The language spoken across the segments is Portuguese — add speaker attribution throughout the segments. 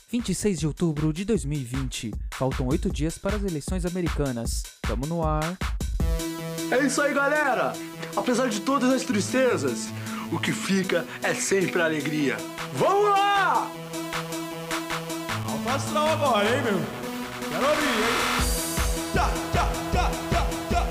Speaker 1: 26 de outubro de 2020. Faltam 8 dias para as eleições americanas. Tamo no ar.
Speaker 2: É isso aí, galera! Apesar de todas as tristezas, o que fica é sempre a alegria. Vamos lá!
Speaker 3: Alto astral agora, hein, meu? Quero ouvir, hein? Tchá, tchá, tchá, tchá, tchá.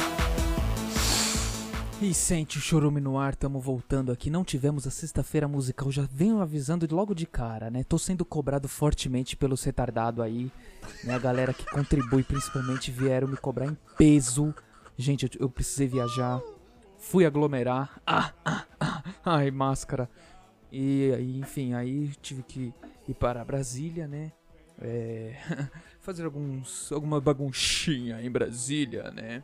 Speaker 1: E sente o chorume no ar, tamo voltando aqui. Não tivemos a sexta-feira musical, já venho avisando logo de cara, né? Tô sendo cobrado fortemente pelos retardados aí, né? A galera que contribui principalmente vieram me cobrar em peso. Gente, eu precisei viajar, fui aglomerar. Ai, máscara. E enfim, aí tive que ir para Brasília, né? Fazer alguma bagunchinha em Brasília, né?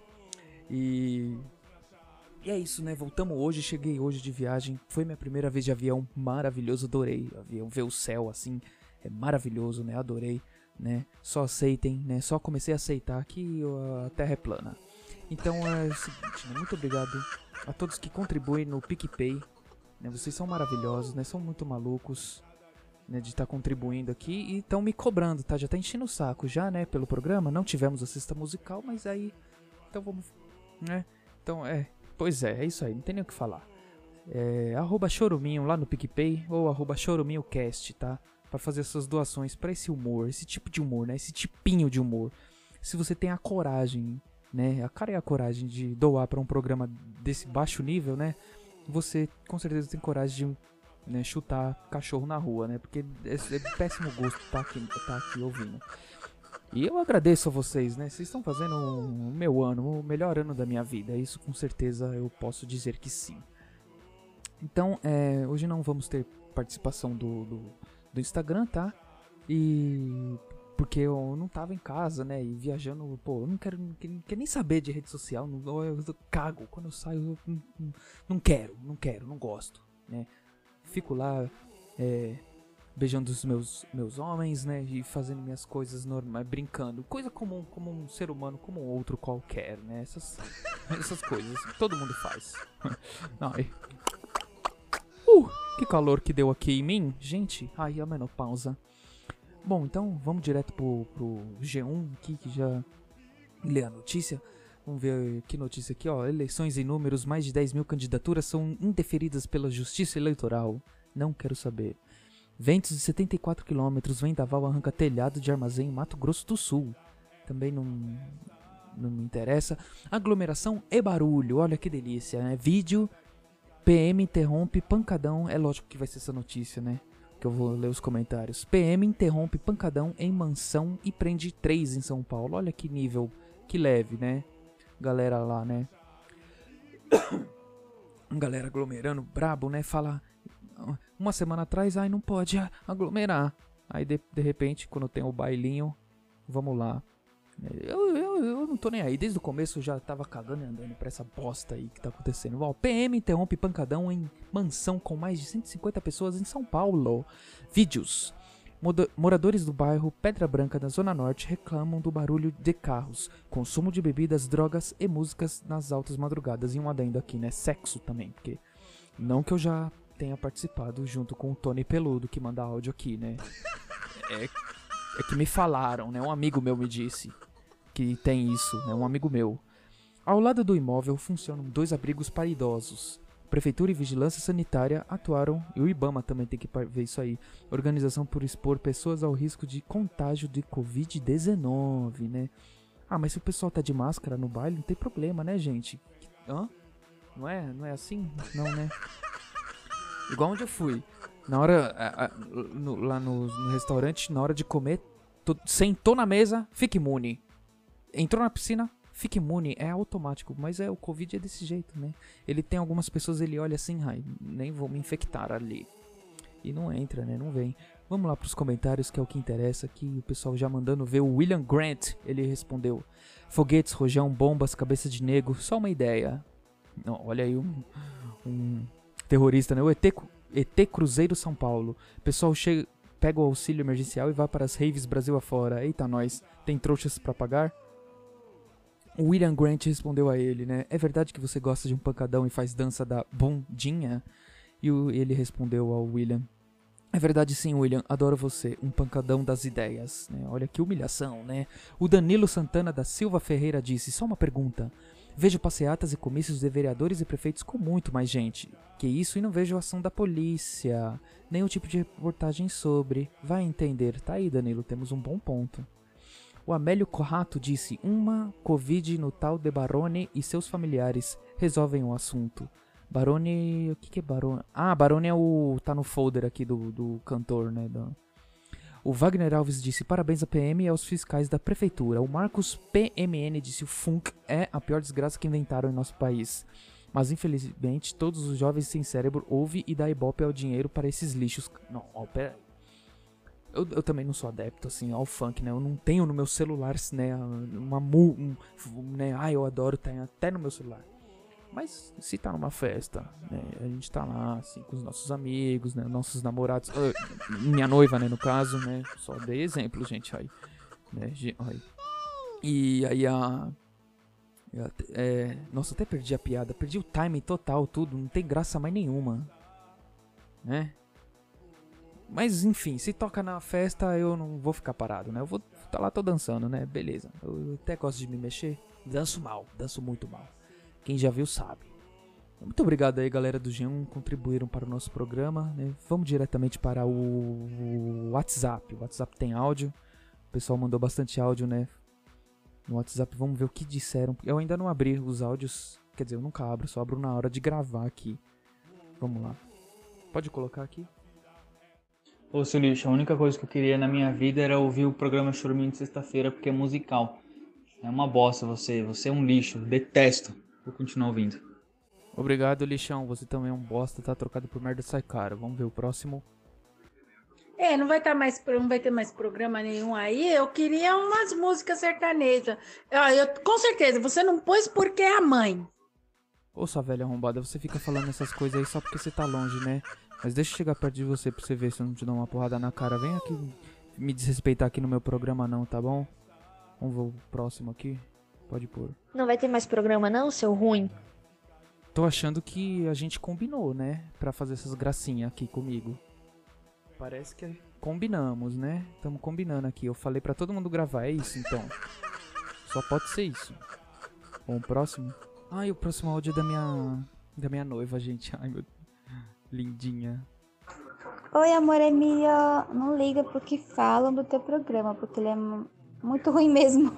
Speaker 1: E é isso, né? Voltamos hoje, cheguei hoje de viagem. Foi minha primeira vez de avião, maravilhoso, adorei. Avião, ver o céu assim, é maravilhoso, né? Adorei, né? Só aceitem, né? Só comecei a aceitar que a Terra é plana. Então é o seguinte, né? Muito obrigado a todos que contribuem no PicPay, né? Vocês são maravilhosos, né? São muito malucos, né? De estar contribuindo aqui e estão me cobrando, tá? Já tá enchendo o saco já, né? Pelo programa, não tivemos a sexta musical, mas aí, então vamos, né? Então pois é isso aí, não tem nem o que falar. @choruminho lá no PicPay ou @choruminhocast, tá? Pra fazer essas doações pra esse humor, esse tipo de humor, né? Esse tipinho de humor. Se você tem a coragem, né? A cara e a coragem de doar pra um programa desse baixo nível, né? Você com certeza tem coragem de, né, chutar cachorro na rua, né? Porque é péssimo gosto tá aqui ouvindo. E eu agradeço a vocês, né? Vocês estão fazendo o meu ano, o melhor ano da minha vida. Isso com certeza eu posso dizer que sim. Então, hoje não vamos ter participação do Instagram, tá? E porque eu não tava em casa, né? E viajando, pô, eu não quero nem saber de rede social. Eu cago. Quando eu saio, eu não gosto, né? Fico lá, beijando os meus homens, né? E fazendo minhas coisas normais, brincando. Coisa comum, como um ser humano, como um outro qualquer, né? Essas coisas. Todo mundo faz. Ai. Que calor que deu aqui em mim. Gente, ai, a menopausa. Bom, então vamos direto pro G1 aqui, que já lê a notícia. Vamos ver que notícia aqui, ó. Eleições em números, mais de 10 mil candidaturas são indeferidas pela Justiça Eleitoral. Não quero saber. Ventos de 74 km, vendaval arranca telhado de armazém em Mato Grosso do Sul. Também não me interessa. Aglomeração e barulho, olha que delícia, né? Vídeo, PM interrompe pancadão. É lógico que vai ser essa notícia, né? Que eu vou ler os comentários. PM interrompe pancadão em mansão e prende 3 em São Paulo. Olha que nível, que leve, né? Galera lá, né? Galera aglomerando, brabo, né? Fala, uma semana atrás, ai, não pode aglomerar. Aí de repente, quando tem o bailinho, vamos lá. Eu não tô nem aí. Desde o começo eu já tava cagando e andando pra essa bosta aí que tá acontecendo. Ó, PM interrompe pancadão em mansão com mais de 150 pessoas em São Paulo. Vídeos. Moradores do bairro Pedra Branca, na Zona Norte, reclamam do barulho de carros, consumo de bebidas, drogas e músicas nas altas madrugadas. E um adendo aqui, né? Sexo também, porque não que eu já tenha participado junto com o Tony Peludo, que manda áudio aqui, né? É que me falaram, né? Um amigo meu me disse que tem isso, né? Um amigo meu. Ao lado do imóvel funcionam 2 abrigos para idosos. Prefeitura e Vigilância Sanitária atuaram, e o IBAMA também tem que ver isso aí. Organização por expor pessoas ao risco de contágio de Covid-19, né? Ah, mas se o pessoal tá de máscara no baile, não tem problema, né, gente? Hã? Não é assim? Não, né? Igual onde eu fui. Na hora, lá no restaurante, na hora de comer, sentou na mesa, fica imune. Entrou na piscina, fica imune. É automático, mas o Covid é desse jeito, né? Ele tem algumas pessoas, ele olha assim, ai, nem vou me infectar ali. E não entra, né? Não vem. Vamos lá pros comentários, que é o que interessa aqui. O pessoal já mandando ver. O William Grant, ele respondeu: foguetes, rojão, bombas, cabeça de negro, só uma ideia. Não, olha aí um terrorista, né? O ET Cruzeiro São Paulo. O pessoal pega o auxílio emergencial e vai para as raves Brasil afora. Eita, nós. Tem trouxas pra pagar? O William Grant respondeu a ele, né? É verdade que você gosta de um pancadão e faz dança da bundinha? E ele respondeu ao William: É verdade sim, William, adoro você, um pancadão das ideias, né? Olha que humilhação, né? O Danilo Santana da Silva Ferreira disse, só uma pergunta. Vejo passeatas e comícios de vereadores e prefeitos com muito mais gente que isso e não vejo ação da polícia, nem o tipo de reportagem sobre. Vai entender, tá aí Danilo, temos um bom ponto. O Amélio Corrato disse, uma Covid no tal de Barone e seus familiares resolvem o assunto. Barone, o que é Barone? Ah, Barone é o, tá no folder aqui do cantor, né? O Wagner Alves disse, parabéns à PM e aos fiscais da prefeitura. O Marcos PMN disse, o funk é a pior desgraça que inventaram em nosso país. Mas infelizmente todos os jovens sem cérebro ouvem e dá ibope ao dinheiro para esses lixos. Não, ó, pera aí. Eu também não sou adepto, assim, ao funk, né? Eu não tenho no meu celular, né, né? Eu adoro, tem até no meu celular. Mas se tá numa festa, né, a gente tá lá, assim, com os nossos amigos, né, nossos namorados, minha noiva, né, no caso, né, só dei exemplo, gente, aí, né, aí. E aí nossa, até perdi a piada, perdi o timing total, tudo, não tem graça mais nenhuma, né. Mas enfim, se toca na festa eu não vou ficar parado, né, eu vou tá lá, tô dançando, né, beleza, eu até gosto de me mexer, danço mal, danço muito mal. Quem já viu sabe. Muito obrigado aí, galera do G1, contribuíram para o nosso programa, né? Vamos diretamente para o WhatsApp. O WhatsApp tem áudio. O pessoal mandou bastante áudio, né? No WhatsApp, vamos ver o que disseram. Eu ainda não abri os áudios. Quer dizer, eu nunca abro, só abro na hora de gravar aqui. Vamos lá. Pode colocar aqui.
Speaker 4: Ô, seu lixo, a única coisa que eu queria na minha vida era ouvir o programa Choruminho de sexta-feira, porque é musical. É uma bosta você é um lixo, detesto. Vou continuar ouvindo.
Speaker 1: Obrigado, lixão. Você também é um bosta, tá trocado por merda, sai caro. Vamos ver o próximo.
Speaker 5: Não vai ter mais programa nenhum aí. Eu queria umas músicas sertanejas. Com certeza, você não pôs porque é a mãe.
Speaker 1: Ô, sua velha arrombada, você fica falando essas coisas aí só porque você tá longe, né? Mas deixa eu chegar perto de você pra você ver se eu não te dou uma porrada na cara. Vem aqui me desrespeitar aqui no meu programa não, tá bom? Vamos ver o próximo aqui. Pode pôr.
Speaker 6: Não vai ter mais programa não, seu ruim?
Speaker 1: Tô achando que a gente combinou, né? Pra fazer essas gracinhas aqui comigo. Parece que combinamos, né? Tamo combinando aqui. Eu falei pra todo mundo gravar, é isso então. Só pode ser isso. Bom, o próximo. E o próximo áudio é da minha noiva, gente. Ai, meu... Lindinha.
Speaker 7: Oi, amor, é minha. Não liga pro que falam do teu programa, porque ele é muito ruim mesmo.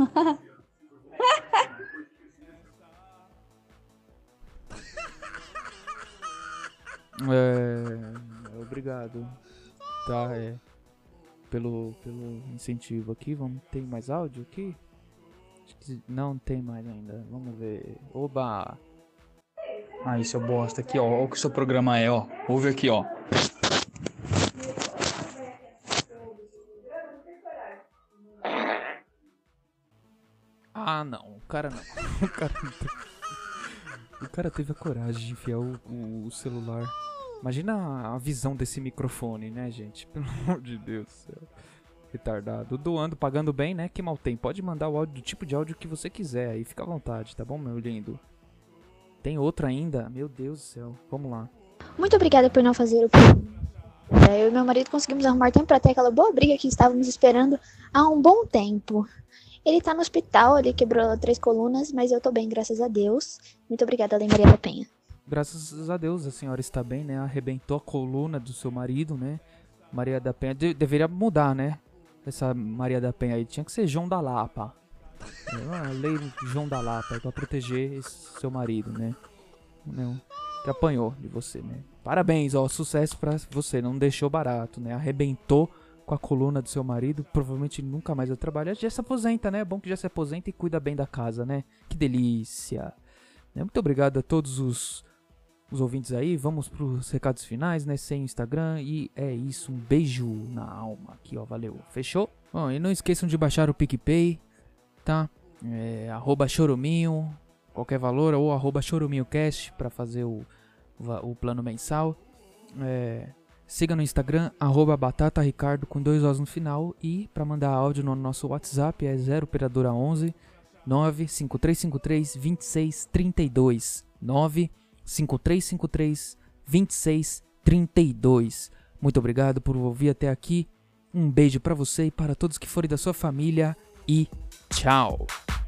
Speaker 1: Obrigado, tá, pelo incentivo aqui. Tem mais áudio aqui? Acho que não tem mais ainda, vamos ver. Oba!
Speaker 4: Aí, seu bosta, aqui, ó, olha o que o seu programa é, ó, ouve aqui, ó.
Speaker 1: Não, o cara não. O cara teve a coragem de enfiar o celular. Imagina a visão desse microfone, né, gente? Pelo amor de Deus do céu. Retardado. Doando, pagando bem, né? Que mal tem. Pode mandar o áudio do tipo de áudio que você quiser aí. Fica à vontade, tá bom, meu lindo? Tem outro ainda? Meu Deus do céu. Vamos lá.
Speaker 6: Muito obrigada por não fazer o... Eu e meu marido conseguimos arrumar tempo pra ter aquela boa briga que estávamos esperando há um bom tempo. Ele tá no hospital, ele quebrou 3 colunas, mas eu tô bem, graças a Deus. Muito obrigada, Lei Maria da Penha.
Speaker 1: Graças a Deus a senhora está bem, né? Arrebentou a coluna do seu marido, né? Maria da Penha. Deveria mudar, né? Essa Maria da Penha aí. Tinha que ser João da Lapa. Lei João da Lapa pra proteger esse seu marido, né? Não, que apanhou de você, né? Parabéns, ó. Sucesso pra você. Não deixou barato, né? Arrebentou com a coluna do seu marido. Provavelmente nunca mais vai trabalhar. Já se aposenta, né? É bom que já se aposenta e cuida bem da casa, né? Que delícia. Muito obrigado a todos os ouvintes aí. Vamos pros recados finais, né? Sem Instagram. E é isso. Um beijo na alma aqui, ó. Valeu. Fechou? Bom, e não esqueçam de baixar o PicPay, tá? @choruminho, qualquer valor, ou @choruminhocast pra fazer o plano mensal. Siga no Instagram, @batataricardo com 2 Os no final. E pra mandar áudio no nosso WhatsApp é 0 operadora 11 95353 2632 95353 2632. Muito obrigado por ouvir até aqui. Um beijo pra você e para todos que forem da sua família e tchau.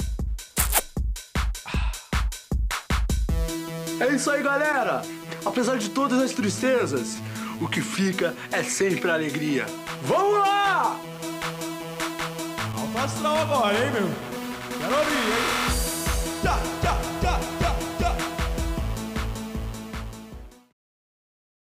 Speaker 2: É isso aí, galera! Apesar de todas as tristezas, o que fica é sempre a alegria. Vamos lá!
Speaker 3: Alto astral agora, hein, meu? Quero ouvir.